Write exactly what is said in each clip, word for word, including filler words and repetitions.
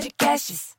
Podcasts.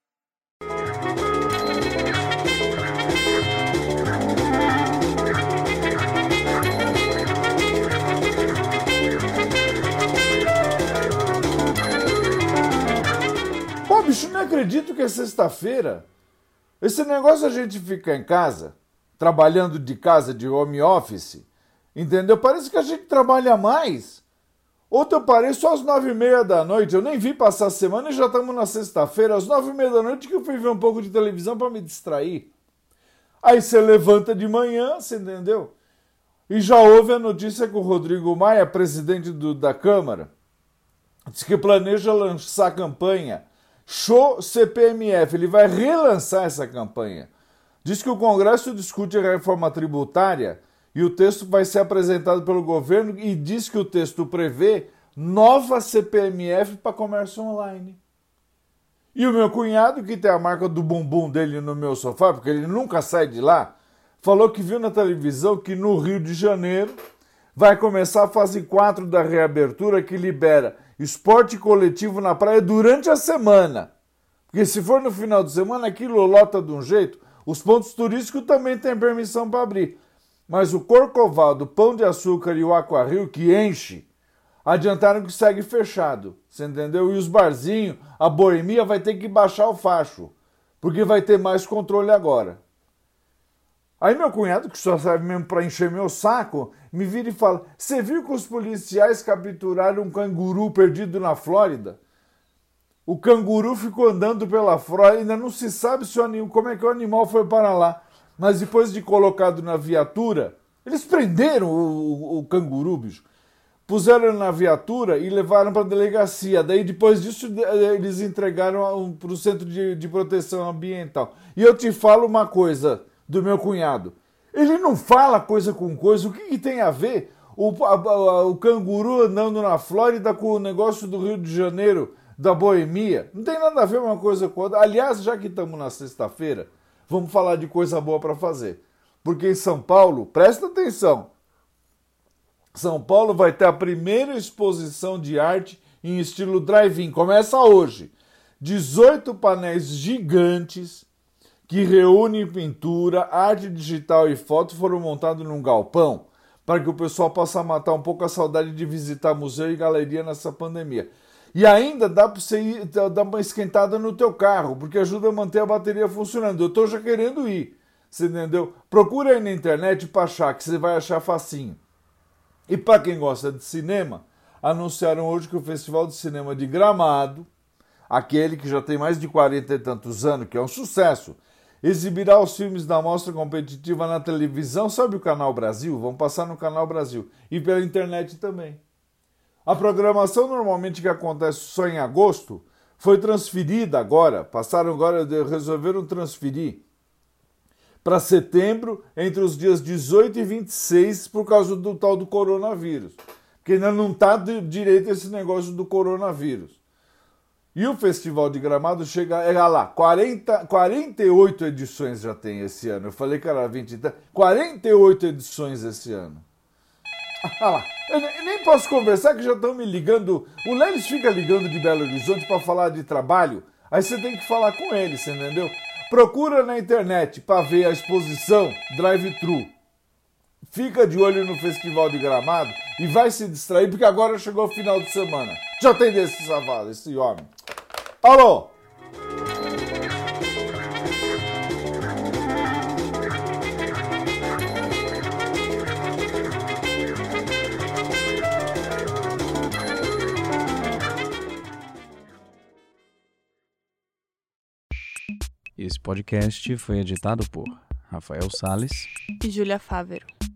Pô, bicho, não acredito que é sexta-feira. Esse negócio a gente ficar em casa, trabalhando de casa, de home office, entendeu? Parece que a gente trabalha mais. Ontem eu parei só às nove e meia da noite, eu nem vi passar a semana e já estamos na sexta-feira, às nove e meia da noite que eu fui ver um pouco de televisão para me distrair. Aí você levanta de manhã, você entendeu? E já houve a notícia que o Rodrigo Maia, presidente do, da Câmara, disse que planeja lançar a campanha Show C P M F, ele vai relançar essa campanha. Diz que o Congresso discute a reforma tributária e o texto vai ser apresentado pelo governo e diz que o texto prevê nova C P M F para comércio online. E o meu cunhado, que tem a marca do bumbum dele no meu sofá, porque ele nunca sai de lá, falou que viu na televisão que no Rio de Janeiro vai começar a fase quatro da reabertura, que libera esporte coletivo na praia durante a semana. Porque se for no final de semana, aquilo lota de um jeito. Os pontos turísticos também têm permissão para abrir. Mas o Corcovado, o Pão de Açúcar e o Aquarrio, que enche, adiantaram que segue fechado. Você entendeu? E os barzinhos, a boemia vai ter que baixar o facho. Porque vai ter mais controle agora. Aí meu cunhado, que só serve mesmo para encher meu saco, me vira e fala: você viu que os policiais capturaram um canguru perdido na Flórida? O canguru ficou andando pela Flórida, ainda não se sabe se o anim... como é que o animal foi para lá. Mas depois de colocado na viatura, eles prenderam o, o, o canguru, bicho. Puseram na viatura e levaram para a delegacia. Daí depois disso eles entregaram para o Centro de, de Proteção Ambiental. E eu te falo uma coisa do meu cunhado. Ele não fala coisa com coisa. O que, que tem a ver o, a, a, o canguru andando na Flórida com o negócio do Rio de Janeiro, da boemia? Não tem nada a ver uma coisa com outra. Aliás, já que estamos na sexta-feira, vamos falar de coisa boa para fazer. Porque em São Paulo, presta atenção, São Paulo vai ter a primeira exposição de arte em estilo drive-in. Começa hoje. dezoito painéis gigantes que reúnem pintura, arte digital e foto foram montados num galpão para que o pessoal possa matar um pouco a saudade de visitar museu e galeria nessa pandemia. E ainda dá para você ir, dar uma esquentada no teu carro, porque ajuda a manter a bateria funcionando. Eu estou já querendo ir, você entendeu? Procura aí na internet para achar, que você vai achar facinho. E para quem gosta de cinema, anunciaram hoje que o Festival de Cinema de Gramado, aquele que já tem mais de quarenta e tantos anos, que é um sucesso, exibirá os filmes da mostra competitiva na televisão, sabe o Canal Brasil? Vão passar no Canal Brasil. E pela internet também. A programação normalmente que acontece só em agosto foi transferida agora, passaram agora, resolveram transferir para setembro, entre os dias dezoito e vinte e seis, por causa do tal do coronavírus. Porque ainda não está direito esse negócio do coronavírus. E o Festival de Gramado chega, é lá, quarenta, quarenta e oito edições já tem esse ano. Eu falei que era vinte, quarenta e oito edições esse ano. Ah lá, eu nem posso conversar que já estão me ligando. O Lelis fica ligando de Belo Horizonte para falar de trabalho, aí você tem que falar com ele, você entendeu? Procura na internet para ver a exposição Drive-Thru. Fica de olho no Festival de Gramado e vai se distrair, porque agora chegou o final de semana. Já tem desse safado, esse homem. Alô? Esse podcast foi editado por Rafael Salles e Júlia Fávero.